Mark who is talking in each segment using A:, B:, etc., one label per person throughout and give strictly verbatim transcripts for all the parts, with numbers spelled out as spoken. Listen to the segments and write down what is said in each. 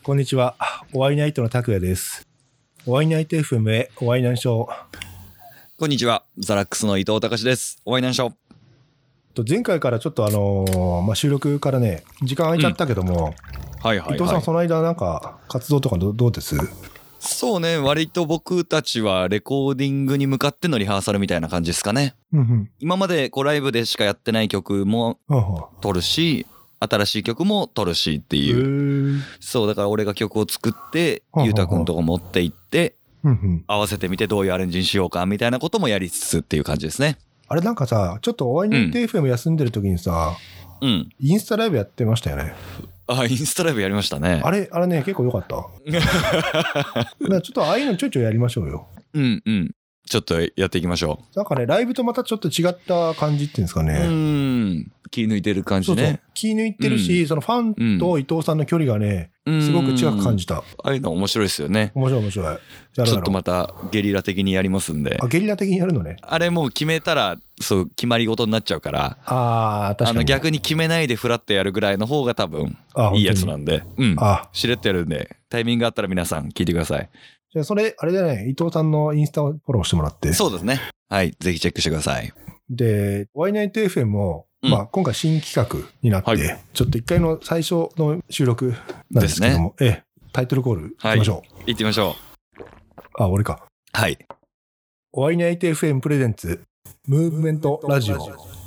A: こんにちは。おワイナイトの拓也です。おワイナイト エフエム へおワイナンショー。
B: こんにちは。ザラックスの伊藤隆です。おワイナンショー。
A: と前回からちょっとあのーまあ、収録からね時間空いちゃったけども、うん、はいはいはい、伊藤さんその間なんか活動とか ど, どうです？
B: そうね、割と僕たちはレコーディングに向かってのリハーサルみたいな感じですかね。うんうん、今までこうライブでしかやってない曲も撮るし、新しい曲も撮るしっていう。そうだから俺が曲を作ってゆうたくんとこ持って行って、うんうん、合わせてみてどういうアレンジにしようかみたいなこともやりつつっていう感じですね。
A: あれなんかさ、ちょっとおワイナイト エフエム 休んでる時にさ、うん、インスタライブやってましたよね。
B: あ、インスタライブやりましたね。
A: あれ、あれね、結構良かった。ちょっとああいうのちょいちょいやりましょうよ。
B: うんうん。ちょっとやっていきましょ
A: う。なんかね、ライブとまたちょっと違った感じっていうんですかね。
B: うん。気抜いてる感じね。
A: そうそう。気抜いてるし、うん、そのファンと伊藤さんの距離がね、うん、すごく近く感じた。あ
B: あいうの面白いですよね。
A: 面白い面白い。
B: ちょっとまたゲリラ的にやりますんで。
A: あ、ゲリラ的にやるのね。
B: あれもう決めたら、そう、決まり事になっちゃうから。
A: ああ、確かに。あの
B: 逆に決めないでフラッとやるぐらいの方が多分、いいやつなんで。うん。あ、しれっとやるんで、タイミングがあったら皆さん聞いてください。
A: じゃあそれ、あれだね、伊藤さんのインスタをフォローしてもらって。
B: そうですね。はい。ぜひチェックしてください。
A: で、ワイナイト エフエム も、うん、まあ今回新企画になって、はい、ちょっと一回の最初の収録なんですけども、ね、ええ、タイトルコールいきましょう。
B: はい、行ってみましょ
A: う。あ、俺か。
B: はい。
A: ワイナイト エフエム プレゼンツ、ムーブメントラジオ。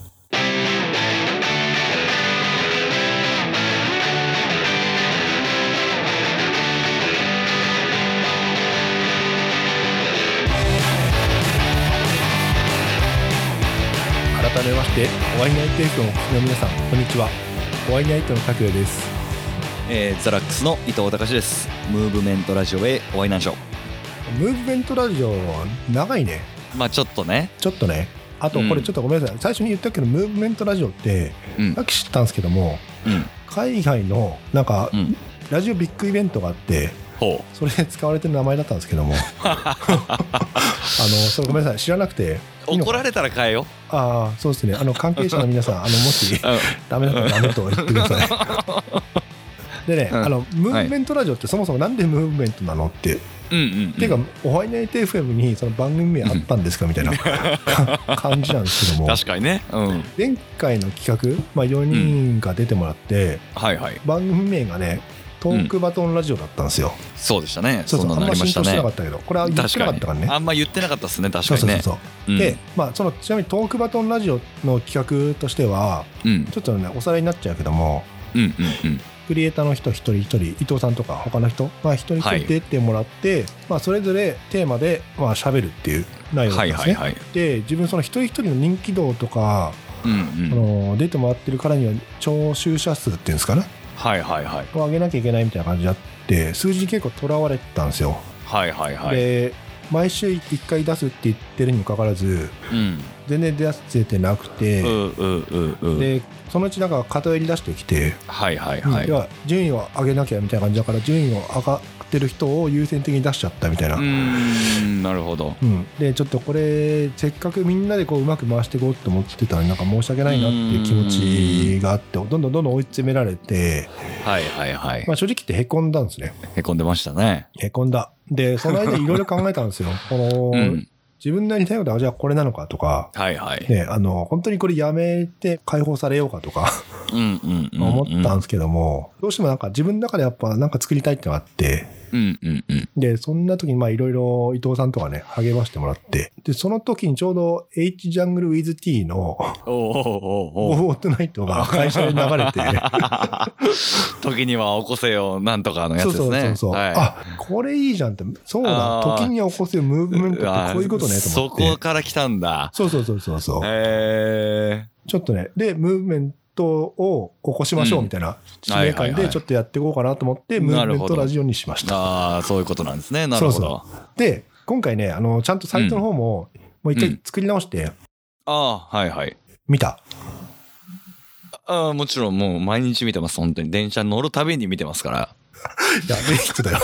A: 改めまして、おワイナイト エフエム をお聞きの皆さん、こんにちは。おワイナイトの拓也です。
B: えー、ザラックスの伊藤隆です。ムーブメントラジオへおワイナンショー。
A: ムーブメントラジオ長いね。
B: まあちょっとね。
A: ちょっとね。あとこれちょっとごめんなさい。うん、最初に言ったけど、ムーブメントラジオって、うん、さっき知ったんですけども、うん、海外のなんか、うん、ラジオビッグイベントがあって、それで使われてる名前だったんですけどもあのそれごめんなさい、知らなくて。
B: いい怒られたら変えよ。
A: ああ、そうですね。あの関係者の皆さん、あのもしダメだったらダメと言ってくださいでね、うん、あのムーブメントラジオってそもそもなんでムーブメントなのって、うんうんうん、っていうかおワイナイト エフエム にその番組名あったんですかみたいな感じなんですけども、
B: 確かにね、うん、
A: 前回の企画、まあ、よにんが出てもらって、うん、はいはい、番組名がねトークバトンラジオだったんですよ、
B: うん、そうでしたね。
A: そうそう、
B: そん
A: なのあんま浸透してなかったけど、これは言ってなかったからね。
B: あんま言ってなかったですね、確かにね。
A: そうそうそう、うん、で、まあ、そのちなみにトークバトンラジオの企画としては、うん、ちょっとねおさらいになっちゃうけども、うんうんうん、クリエイターの人一人一人、伊藤さんとか他の人、まあ、一人一人出てもらって、はい、まあ、それぞれテーマでまあ喋るっていう内容なんですね、はいはいはい、で自分その一人一人の人気度とか、うんうん、あの出てもらってるからには聴取者数っていうんですかね、はいはいはい、を上げなきゃいけないみたいな感じであって数字に結構とらわれてたんですよ。はいはいはい。で毎週いっかい出すって言ってるにもかかわらず、うん、全然出せてなくて、うんうんうんうん、でそのうちなんか偏り出してきて、はいはいはい、うん、は順位を上げなきゃみたいな感じだから順位を上がってる人を優先的に出しちゃったみたいな。うー
B: ん、なるほど、
A: うん、でちょっとこれせっかくみんなでこううまく回していこうと思ってたのになんか申し訳ないなっていう気持ちがあって、どんどんどんどん追い詰められて、はいはいはい、まあ、正直言ってへこんだんですね。
B: へこんでましたね。
A: へこんだ。でその間いろいろ考えたんですよこの、うん、自分なりにたいことはじゃあこれなのかとか、はいはいね、あの本当にこれやめて解放されようかとか思ったんですけども、どうしてもなんか自分の中でやっぱなんか作りたいってのがあって、うんうんうん、でそんな時にまあいろいろ伊藤さんとかね励ましてもらって、でその時にちょうど H ジャングル with T のゴーフォートナイトが会社で流れて
B: 時には起こせよなんとかのやつですね。そうそうそうそう、はい、あ
A: これいいじゃんって、そうだ時には起こせよムーブメントってこういうことねと思って、
B: そこから来たんだ。
A: そうそうそうそうそう、へー、ちょっとねでムーブメントを起こしましょうみたいな使命感でちょっとやっていこうかなと思ってムーブメントラジオにしました。
B: ああ、そういうことなんですね。なるほど。そうそう、
A: で今回ねあのちゃんとサイトの方ももう一回作り直して、うん、あ
B: あはいはい、
A: 見た。
B: ああもちろんもう毎日見てます。本当に電車に乗るたびに見てますから。
A: やべえ人だよ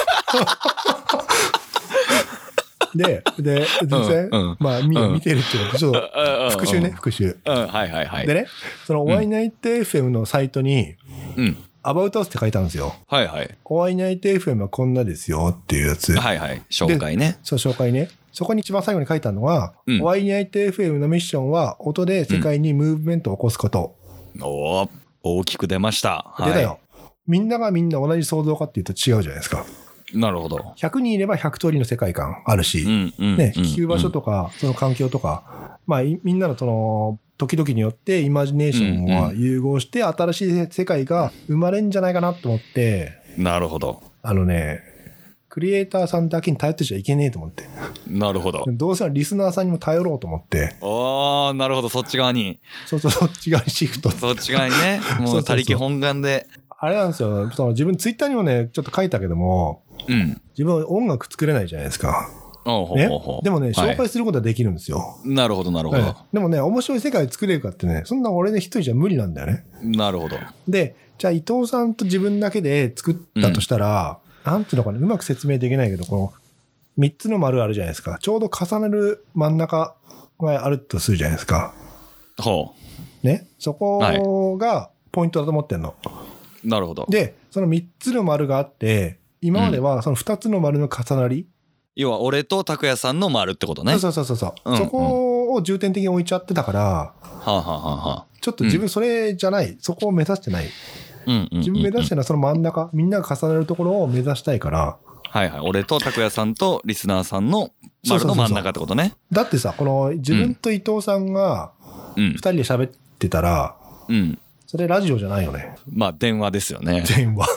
A: で、で、全然、うんうん、まあ、見、見てるっていうのと、ちょっと、復習ね、復習。
B: うん、はいはいはい。
A: でね、その、ワイナイト エフエム のサイトに、うん、 アバウトアウスって書いてあるんですよ。
B: はいはい。
A: お会いナイト エフエム はこんなですよっていうやつ。
B: はいはい。紹介ね。
A: そう、紹介ね。そこに一番最後に書いてあるのは、うん、お会いナイト エフエム のミッションは音で世界にムーブメントを起こすこと。
B: うん、おー、大きく出ました。
A: 出たよ、はい。みんながみんな同じ想像かっていうと違うじゃないですか。
B: なるほど。
A: ひゃくにんいればひゃく通りの世界観あるし、うんうん、ね、聞く場所とか、その環境とか、まあ、みんなのその、時々によってイマジネーションは融合して新しい世界が生まれんじゃないかなと思って。
B: なるほど。
A: あのね、クリエイターさんだけに頼ってちゃいけねえと思って。
B: なるほど。
A: どうせリスナーさんにも頼ろうと思って。
B: ああ、なるほど。そっち側に。
A: そうそう、そっち側にシフト。
B: そっち側にね。もう他力本願で。
A: あれなんですよ。その自分ツイッターにもね、ちょっと書いたけども、うん、自分は音楽作れないじゃないですか。
B: おう
A: ね、
B: ほうほう
A: でもね、紹介することはできるんですよ。はい、
B: なるほど、なるほど、
A: はい。でもね、面白い世界作れるかってね、そんな俺で一人じゃ無理なんだよね。
B: なるほど。
A: で、じゃあ伊藤さんと自分だけで作ったとしたら、うん、なんていうのかな、うまく説明できないけど、このみっつの丸あるじゃないですか。ちょうど重ねる真ん中があるとするじゃないですか。
B: ほ
A: う。ね。そこがポイントだと思ってんの。はい、
B: なるほど。
A: で、そのみっつの丸があって、今まではそのふたつの丸の重なり、うん、
B: 要は俺と拓也さんの丸ってことね。
A: そうそうそうそう、うんうん。そこを重点的に置いちゃってたから、は
B: あ、はあはあ、
A: ちょっと自分それじゃない、うん、そこを目指してない。
B: うんうんうんうん、
A: 自分目指してるのはその真ん中、みんなが重なるところを目指したいから。
B: はいはい。俺と拓也さんとリスナーさんの丸の真ん中ってことね。そうそうそうそう。
A: だってさ、この自分と伊藤さんが二人で喋ってたら、うん。それラジオじゃないよね。
B: まあ電話ですよね。
A: 電話。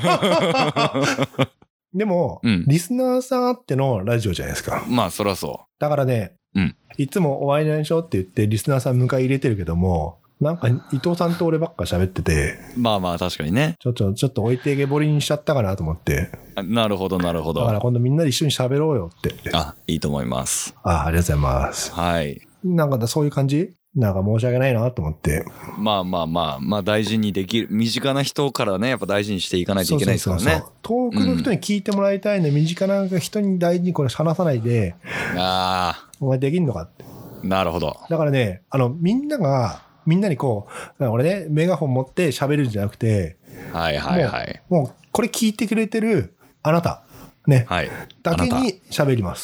A: でも、うん、リスナーさんあってのラジオじゃないですか。
B: まあそりゃそう。
A: だからね、うん、いつもお会いないでしょって言ってリスナーさん迎え入れてるけども、なんか伊藤さんと俺ばっか喋ってて。
B: まあまあ確かにね。
A: ちょっと、ちょっと置いてけぼりにしちゃったかなと思って。
B: なるほどなるほど。
A: だから今度みんなで一緒に喋ろうよって。
B: あ、いいと思います。
A: あ、ありがとうございます。
B: はい。
A: なんかそういう感じ？なんか申し訳ないなと思って。
B: まあまあまあ、まあ大事にできる。身近な人からね、やっぱ大事にしていかないといけないですからね。そうそうそう
A: そう。遠くの人に聞いてもらいたいので、うん、身近な人に大事にこれ話さないで、ああ。お前できんのかって。
B: なるほど。
A: だからね、あの、みんなが、みんなにこう、俺ね、メガホン持って喋るんじゃなくて、
B: はいはいはい。
A: もう、もうこれ聞いてくれてるあなた、ね。
B: はい。
A: だけに喋ります。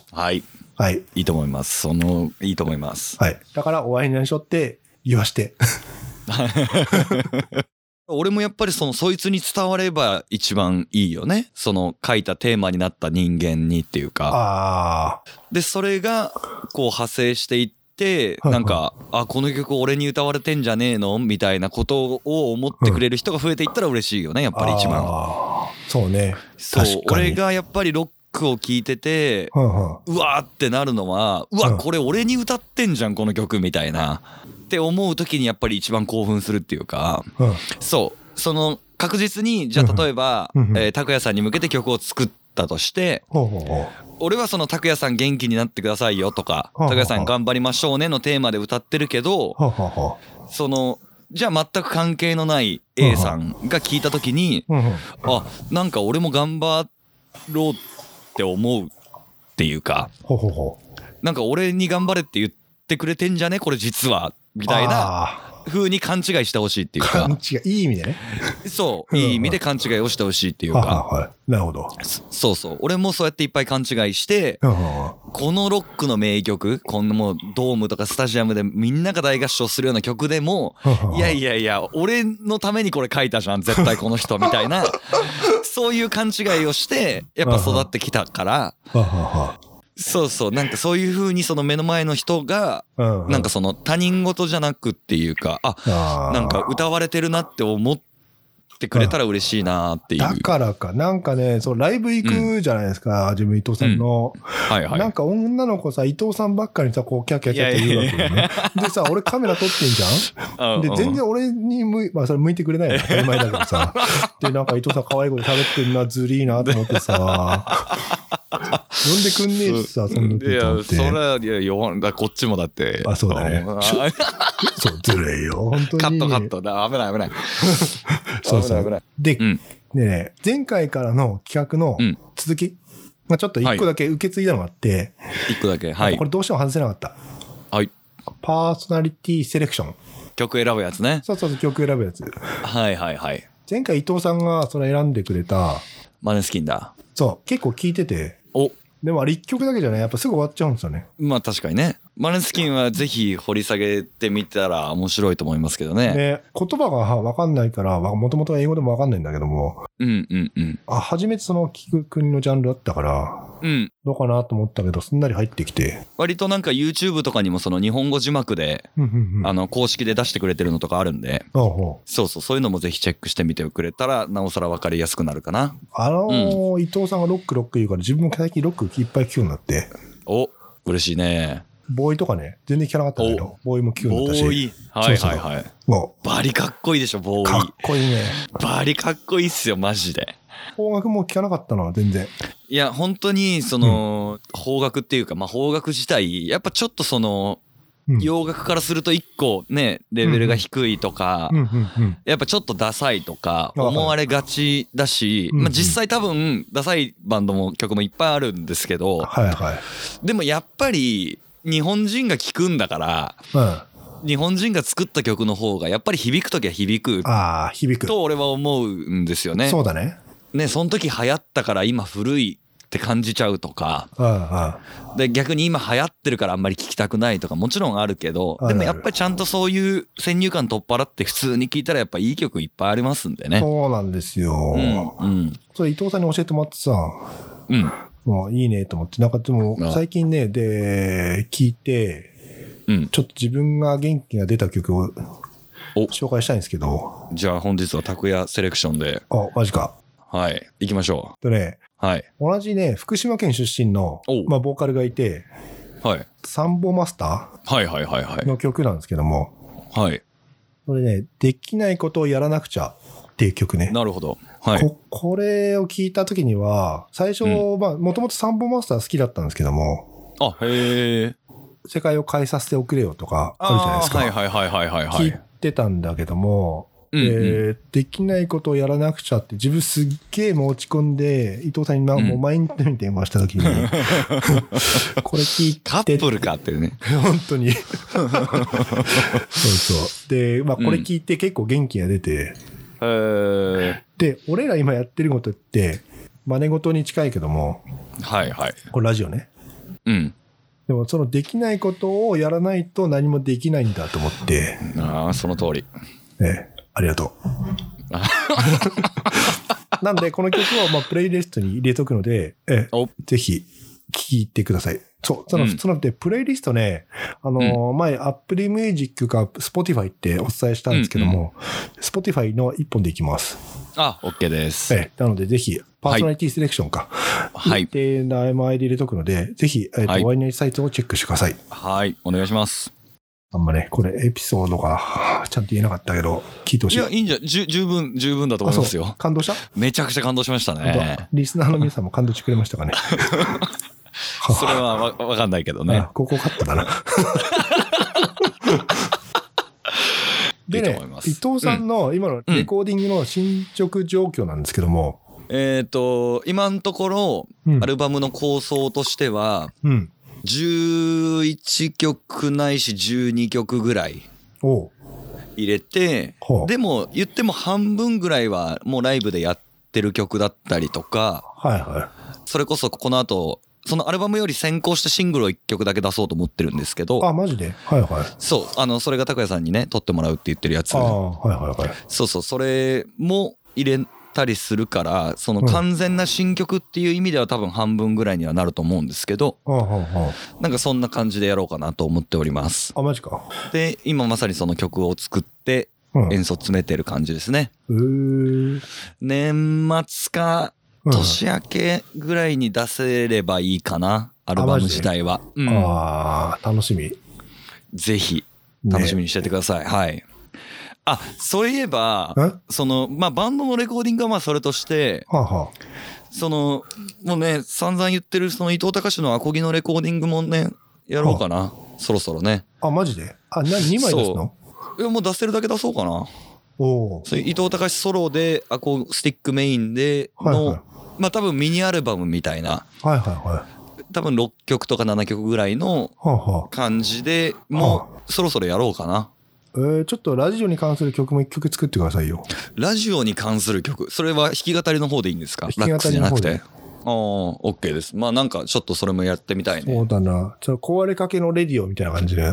B: はい。はい。いいと思います。その、いいと思います。
A: はい。だから、お会いになりしょって言わして。
B: 俺もやっぱりその、そいつに伝われば一番いいよね。その、書いたテーマになった人間にっていうか。
A: ああ。
B: で、それが、こう派生していって、なんか、あ、この曲俺に歌われてんじゃねえのみたいなことを思ってくれる人が増えていったら嬉しいよね、やっぱり一番。
A: あそうね。
B: そう、俺がやっぱりロックを聴いてて、うわーってなるのは、うわ、これ俺に歌ってんじゃん、この曲みたいな。って思う時にやっぱり一番興奮するっていうか、そう、その確実に、じゃあ例えば、えー、拓也さんに向けて曲を作ったとして、俺はその拓也さん元気になってくださいよとか、拓也さん頑張りましょうねのテーマで歌ってるけど、その、じゃあ全く関係のない A さんが聞いた時に、あ、なんか俺も頑張ろうって思うっていうか、なんか俺に頑張れって言ってくれてんじゃねこれ実はみたいな風に勘違いしてほしいっていうか、
A: 勘違い、いい意味でね。
B: そう、いい意味で勘違いをしてほしいっていうか、
A: はいはい、なるほど。
B: そうそう、俺もそうやっていっぱい勘違いして、このロックの名曲、こんなもうドームとかスタジアムでみんなが大合唱するような曲でも、いやいやいや、俺のためにこれ書いたじゃん絶対この人みたいな、そういう勘違いをしてやっぱ育ってきたから。そうそう、なんかそういう風にその目の前の人がなんかその他人事じゃなくっていうか、あ、なんか歌われてるなって思ってくれたら嬉しいなっていう。
A: だからか、なんかね、そうライブ行くじゃないですか、自分伊藤さんの、
B: はいはい、
A: なんか女の子さ伊藤さんばっかりさこうキャッキャキャッキャ言うわけよね。でさ、俺カメラ撮ってんじゃん。で全然俺に向いまあそれ向いてくれないの当たり前だけどさ。でなんか伊藤さん可愛いこと喋ってんな、ずりーなと思ってさ。呼んでくんねえしさ、そんなこと。
B: いや、それは、いや、弱んだ、こっちもだって。
A: あ、そうだね。そう、ずるいよ、本当に。
B: カットカットだ、危ない危ない。
A: そうそう。危ない危ない。で、うん、ね、前回からの企画の続き、うん、まあちょっと一個だけ受け継いだのがあって、
B: 一、はい、個だけ、はい。
A: これどうしても外せなかった。
B: はい。
A: パーソナリティセレクション。
B: 曲選ぶやつね。
A: そうそうそう、曲選ぶやつ。
B: はいはいはい。
A: 前回伊藤さんがそれ選んでくれた
B: マネスキンだ。
A: そう結構聞いてて、
B: お
A: でもあれいっきょくだけじゃねやっぱすぐ終わっちゃうんですよね。
B: まあ確かにね。マネスキンはぜひ掘り下げてみたら面白いと思いますけどね。
A: ね、言葉が分かんないからもともと英語でも分かんないんだけども、
B: うんうんうん。
A: あ初めてその聞く国のジャンルだったから、うん、どうかなと思ったけどすんなり入ってきて、
B: 割となんか YouTube とかにもその日本語字幕で、うんうんうん、あの公式で出してくれてるのとかあるんで、うん、そうそうそういうのもぜひチェックしてみてくれたらなおさら分かりやすくなるかな。
A: あのーうん、伊藤さんがロックロック言うから自分も最近ロックいっぱい聞くようになって、
B: お嬉しいね。ボ
A: ーイとかね全然聞かなかったんだけどボーイも聞くようになったし、
B: ボーイはいはいはい、もうバリかっこいいでしょボーイ。
A: かっこいいね。
B: バリかっこいいっすよマジで。
A: 邦楽も聞かなかったな全然。
B: いや本当にその、うん、邦楽っていうかまあ邦楽自体やっぱちょっとその、うん、洋楽からすると一個ねレベルが低いとか、うんうんうん、やっぱちょっとダサいとか思われがちだし、まあ、実際多分ダサいバンドも曲もいっぱいあるんですけど、はいはい、でもやっぱり日本人が聴くんだから、うん、日本人が作った曲の方がやっぱり響くときは響く
A: あ響く
B: と俺は思うんですよね。
A: そうだね。
B: ねその時流行ったから今古いって感じちゃうとか、うんうん、で逆に今流行ってるからあんまり聴きたくないとかもちろんあるけど、でもやっぱりちゃんとそういう先入観取っ払って普通に聴いたらやっぱいい曲いっぱいありますんでね。
A: そうなんですよ。うんうん、それ伊藤さんに教えてもらってさ、うん。もういいねと思って、なんかでも最近ね、で、聞いて、うん、ちょっと自分が元気が出た曲を紹介したいんですけど。
B: じゃあ本日は拓也セレクションで。
A: あ、マジか。
B: はい、行きましょ
A: う。でね、
B: はい。
A: 同じね、福島県出身の、まあ、ボーカルがいて、はい。サンボマスターはいはいはいはい。の曲なんですけども、はい。これね、できないことをやらなくちゃっていう曲ね。
B: なるほど。はい、
A: こ, これを聞いたときには最初、うん、まあもともとサンボマスター好きだったんですけども、
B: あへえ
A: 世界を変えさせておくれよとかあるじゃないですか。
B: はいはいはいはいはい、はい、
A: 聞いてたんだけども、うんうんえー、できないことをやらなくちゃって自分すっげえ持ち込んで伊藤さんにもう毎日に電話したときに、うん、これ聞いて
B: カップルかっていうね
A: 本当にそうそうで、まあ、これ聞いて結構元気が出て、うんで、俺ら今やってることって、真似事に近いけども、はいはい。これラジオね。うん。でもそのできないことをやらないと何もできないんだと思って。
B: ああ、その通り。
A: ね、ありがとう。なんで、この曲をまあプレイリストに入れとくので、えぜひ聴いてください。そう、その、そので、プレイリストね、あのーうん、前、Apple Music か Spotify ってお伝えしたんですけども、うんうん、Spotify の一本でいきます。
B: あ、OK です。
A: えなので、ぜひ、パーソナリティセレクションか。はい。で、名前で入れとくので、ぜひ、えっ、ー、と、はい、ワイナリーサイトをチェックしてください。
B: はい、お願いします。
A: あんまね、これ、エピソードが、ちゃんと言えなかったけど、聞いてほしい。い
B: や、いいんじゃ、じゅ十分、十分だと思いますよ。
A: 感動した？
B: めちゃくちゃ感動しましたね。
A: リスナーの皆さんも感動してくれましたかね。
B: それはわ、わかんないけどね。
A: ここカットだな。でね、伊藤さんの今のレコーディングの進捗状況なんですけども。
B: うん、えっ、ー、と、今のところ、アルバムの構想としては、うん、じゅういちきょくないしじゅうにきょくぐらい入れて、でも言っても半分ぐらいはもうライブでやってる曲だったりとか、はいはい、それこそこの後、そのアルバムより先行してシングルをいっきょくだけ出そうと思ってるんですけど。
A: あ、マジで？はいはい。
B: そう、あの、それが拓也さんにね、撮ってもらうって言ってるやつ。ああ、はいはいはい。そうそう、それも入れたりするから、その完全な新曲っていう意味では多分半分ぐらいにはなると思うんですけど、うん、なんかそんな感じでやろうかなと思っております。
A: あ、マジか。
B: で、今まさにその曲を作って、演奏詰めてる感じですね。うん、年末か、年明けぐらいに出せればいいかな、アルバム自体は。
A: うん、ああ、楽しみ。
B: ぜひ楽しみにしててください。ね、はい。あ、そういえば、そのまあバンドのレコーディングはまあそれとして、はあはあ、そのもうね散々言ってるその伊藤隆のアコギのレコーディングもねやろうかな、はあ、そろそろね。
A: あ、マジで？あ、何にまい出すの？
B: いやもう出せるだけ出そうかな。おお。それ伊藤隆ソロでアコースティックメインでの、はいはい、まあ多分ミニアルバムみたいな、はいはいはい、多分ろっきょくとかななきょくぐらいの感じでもうそろそろやろうかな。
A: えー、ちょっとラジオに関する曲も一曲作ってくださいよ。
B: ラジオに関する曲、それは弾き語りの方でいいんですか？
A: 弾き語りの方で。
B: ラックスじゃなくて。ああ、OK です。まあなんかちょっとそれもやってみたいね。
A: そうだな。ちょっと壊れかけのレディオみたいな感じで。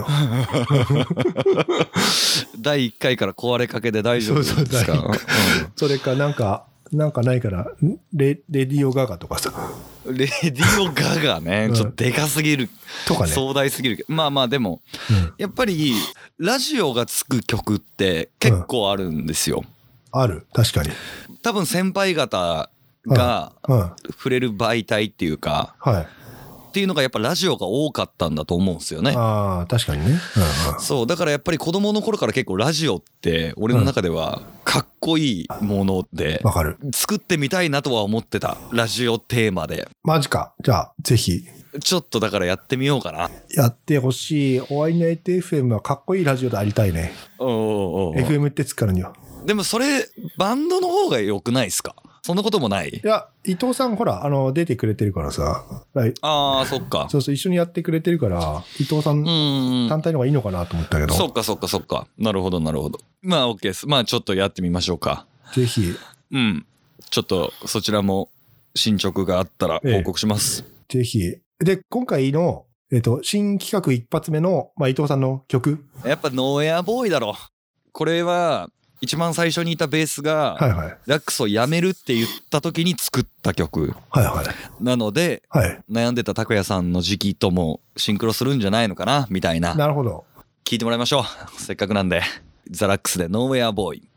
B: だいいっかいから壊れかけで大丈夫ですか？そうそう、うん、
A: それかなんか、なんかないからレ、レディオガガとかさ。
B: レディオガガね、うん、ちょっとでかすぎる。とかね。壮大すぎる。まあまあでも、うん、やっぱりラジオがつく曲って結構あるんですよ。
A: うん、ある。確かに。多
B: 分先輩方が触れる媒体っていうか、はい、っていうのがやっぱラジオが多かったんだと思うんですよね。
A: ああ、確かにね、
B: うんうん、そうだからやっぱり子供の頃から結構ラジオって俺の中ではかっこいいもので、
A: わかる、
B: 作ってみたいなとは思ってた。ラジオテーマで。
A: マジか。じゃあぜひ
B: ちょっとだからやってみようかな。
A: やってほしい。お会いナイト エフエム はかっこいいラジオでありたいね。
B: おうおうおう、
A: エフエム ってつくからには。
B: でもそれバンドの方が良くないですか？そんなこともない？い
A: や、伊藤さんほら、あの、出てくれてるからさ。
B: ああ、そっか。
A: そうそう、一緒にやってくれてるから、伊藤さん単体の方がいいのかなと思ったけど。
B: そっかそっかそっか。なるほどなるほど。まあ OK です。まあちょっとやってみましょうか。
A: ぜひ。
B: うん。ちょっとそちらも進捗があったら報告します。
A: ええ、ぜひ。で、今回の、えっと、新企画一発目の、まあ、伊藤さんの曲。
B: やっぱノーエアボーイだろ。これは、一番最初にいたベースが、はいはい、ラックスをやめるって言った時に作った曲、はいはい、なので、はい、悩んでた拓也さんの時期ともシンクロするんじゃないのかなみたいな。
A: なるほど。
B: 聞いてもらいましょう。せっかくなんで。ザ・ラックスでノーウェアボーイ。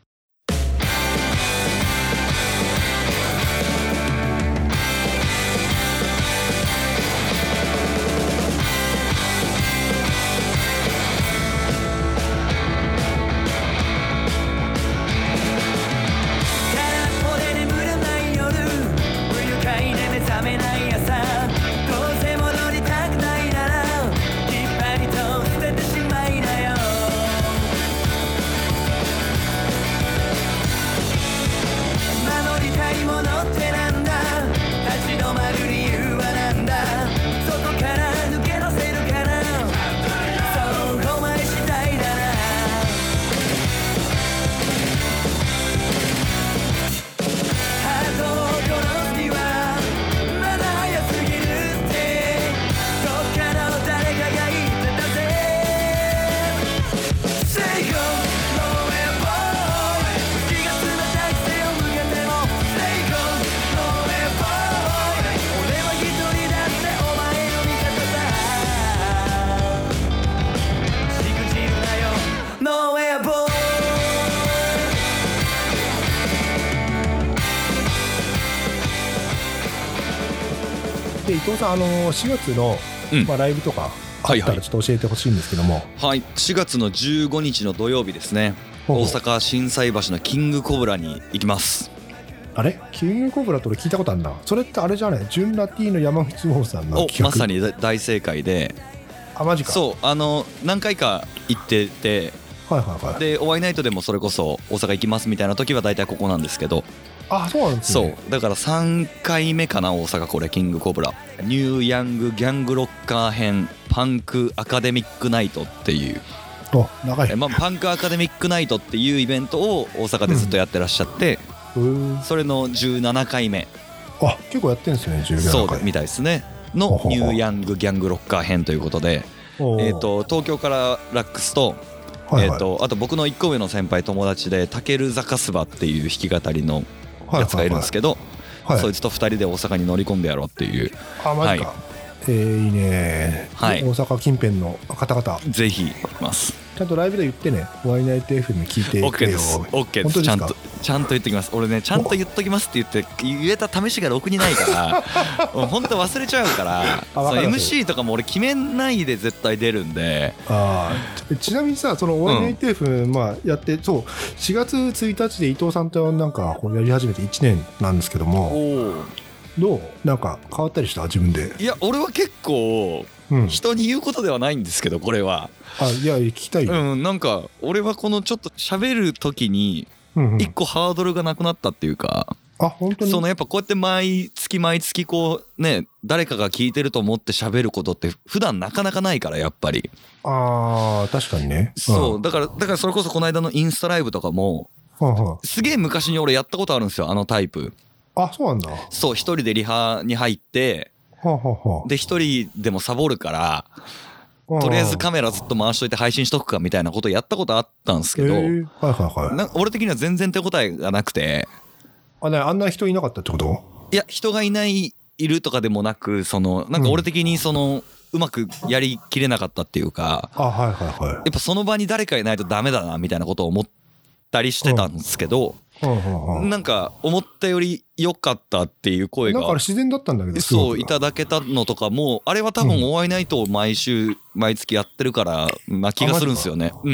A: で伊藤さん、あのしがつの、うんまあ、ライブとかあったらちょっと教えてほしいんですけども、はい
B: はい、はい、しがつのじゅうごにちの土曜日ですね。大阪心斎橋のキングコブラに行きます。
A: あれキングコブラって俺聞いたことあるな。それってあれじゃない、ジュンラティの山口豪さんの企画。
B: まさに大正解で、
A: あマジか。
B: そうあの何回か行ってて、はいはいはい、でお会いナイトでもそれこそ大阪行きますみたいな時は大体ここなんですけど。
A: あ、そうなんですね。
B: そうだからさんかいめかな、大阪。これキングコブラニューヤングギャングロッカー編パンクアカデミックナイトっていう、
A: お長い、
B: まあ、パンクアカデミックナイトっていうイベントを大阪でずっとやってらっしゃって、うん、それのじゅうななかいめ。
A: あ、結構やってるんですね。じゅうななかい
B: そうみたいですねのニューヤングギャングロッカー編ということで、えー、と東京からラックスと、はいはい、えー、とあと僕のいっこめの先輩友達でタケル・ザカスバっていう弾き語りのやつがいるんですけど、はいはいはい、そいつとふたりで大阪に乗り込んでやろうっていう。
A: あ、マジか、はい、えー、いいね、はい、大阪近辺の方々
B: ぜひ行きます。
A: ちゃんとライブで言ってね、ワイナイト エフエム 聞いてくれよ。
B: OK です OK です。ちゃんとちゃんと言っときます。俺ね、ちゃんと言っときますって言って言えた試しがろくにないからもう本当忘れちゃうからそう エムシー とかも俺決めないで絶対出るんで。
A: あ、ちなみにさ、その ワイナイト エフエム、まあやってそうしがつついたちで伊藤さんとなんかやり始めていちねんなんですけども、おどうなんか変わったりした？自分で。
B: いや俺は結構人に言うことではないんですけど、これは。
A: あ、いや聞きたいよ。
B: うん、なんか俺はこのちょっと喋る時に一個ハードルがなくなったっていうか、
A: あ、本当に。
B: そのやっぱこうやって毎月毎月こうね誰かが聞いてると思って喋ることって普段なかなかないからやっぱり。
A: あー確かにね、
B: うん、そうだからだからそれこそこの間のインスタライブとかも、ははすげえ昔に俺やったことあるんですよ、あのタイプ。
A: あ、そうなんだ。
B: そう、一人でリハに入って、はははで一人でもサボるからとりあえずカメラずっと回しといて配信しとくかみたいなことやったことあったんですけど、えーはいはいはい、な俺的には全然手応えがなくて。
A: あ、ね、あんな人いなかったってこと？
B: いや、人がいないいるとかでもなく、そのなんか俺的にその、うん、うまくやりきれなかったっていうか、あ、はいはいはい、やっぱその場に誰かいないとダメだなみたいなことを思ったりしてたんですけど、うん、なんか思ったより良かったっていう声が
A: なんか自然だったんだけど、
B: そういただけたのとかも、あれは多分お会いナイトを毎週毎月やってるからな気がするんですよね。うん、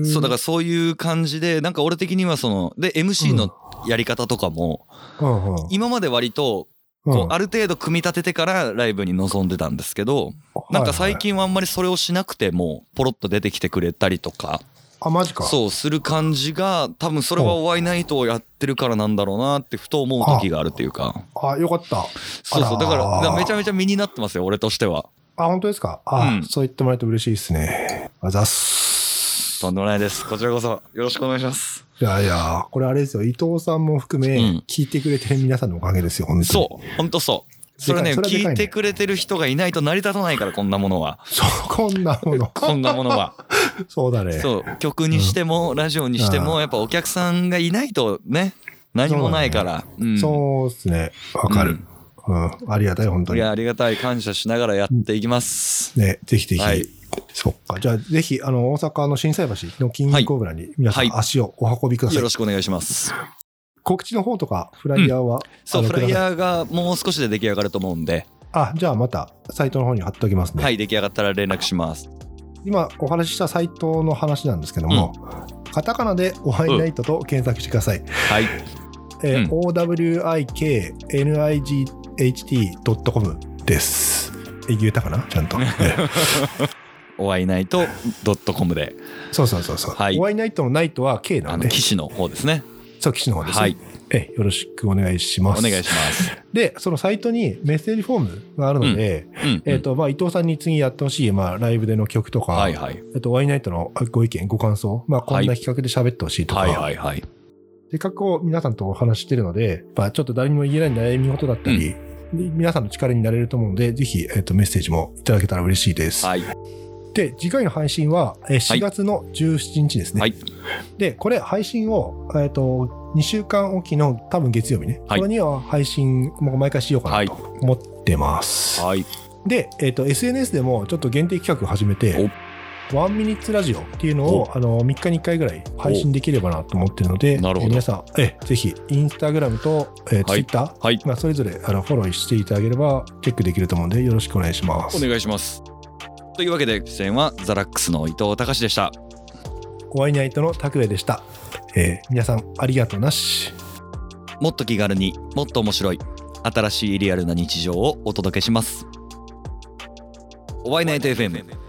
B: そうだからそういう感じで、なんか俺的にはそので エムシー のやり方とかも今まで割とこうある程度組み立ててからライブに臨んでたんですけど、なんか最近はあんまりそれをしなくてもポロッと出てきてくれたりとか、
A: あ、マジか。
B: そうする感じが、多分それはお会いナイトをやってるからなんだろうなってふと思う時があるっていうか。
A: ああ、よかった。
B: そうそう、だからめちゃめちゃ身になってますよ俺としては。
A: あ、本当ですか。あ、うん、そう言ってもらえると嬉しいですね。あざっす。
B: とんでもないです。こちらこそよろしくお願いします。
A: いやいや、これあれですよ、伊藤さんも含め、うん、聞いてくれてる皆さんのおかげですよ、本当に。
B: そう、本当そう。それね、聞いてくれてる人がいないと成り立たないから、こんなものは。
A: そう、こんなもの。
B: こんなものは。
A: そうだね。
B: そう、曲にしても、ラジオにしても、やっぱお客さんがいないとね、何もないから。
A: そう、ねうん、そうですね。わかる、うんうん。ありがたい、本当に。
B: いや、ありがたい。感謝しながらやっていきます。
A: ね、ぜひぜひ。はい、そっか。じゃあ、ぜひ、あの、大阪の心斎橋のキングコブラに皆さん足をお運びください。はい、
B: よろしくお願いします。
A: 告知の方とか、フライヤーは、うん、
B: そう、フライヤーがもう少しで出来上がると思うんで。
A: あ、じゃあまたサイトの方に貼っておきますね。
B: はい、出来上がったら連絡します。
A: 今お話ししたサイトの話なんですけども、うん、カタカナでお会いナイトと検索してください。うん、はい。えーうん、オーダブリューアイケーエヌアイジーエイチティードットコム です。え、言えたかなちゃんと。
B: お会いナイト .com で。
A: そうそうそうそう。はい、お会いナイトのナイトは K なんで。
B: あの、騎士の方ですね。
A: そう、騎士の方ですね。はい。えよろしくお願いします。
B: お願いします。
A: で、そのサイトにメッセージフォームがあるので、うんうんうん、えっと、まあ、伊藤さんに次やってほしい、まあ、ライブでの曲とか、はいはい、えっと、ワイナイトのご意見、ご感想、まあ、こんな企画で喋ってほしいとか、はいはいはい。せっかくこう、皆さんとお話してるので、まあ、ちょっと誰にも言えない悩み事だったり、うん、皆さんの力になれると思うので、ぜひ、えっと、メッセージもいただけたら嬉しいです。はい。で、次回の配信はしがつのじゅうしちにちですね。はい。で、これ配信を、えっと、にしゅうかんおきの多分月曜日ね。はい、これには配信も毎回しようかなと思ってます。はい。で、えっと、エスエヌエス でもちょっと限定企画を始めて、ワンミニッツラジオっていうのをあのみっかにいっかいぐらい配信できればなと思ってるので、なるほど。皆さん、えぜひインスタグラムと、えー、ツイッター、はい、まあ、それぞれあのフォローしていただければチェックできると思うのでよろしくお願いします。
B: お願いします。というわけで出演はザラックスの伊藤隆でした。
A: お会いナイトの拓也でした、えー、皆さんありがとうなし。
B: もっと気軽にもっと面白い新しいリアルな日常をお届けします。お会いナイト エフエム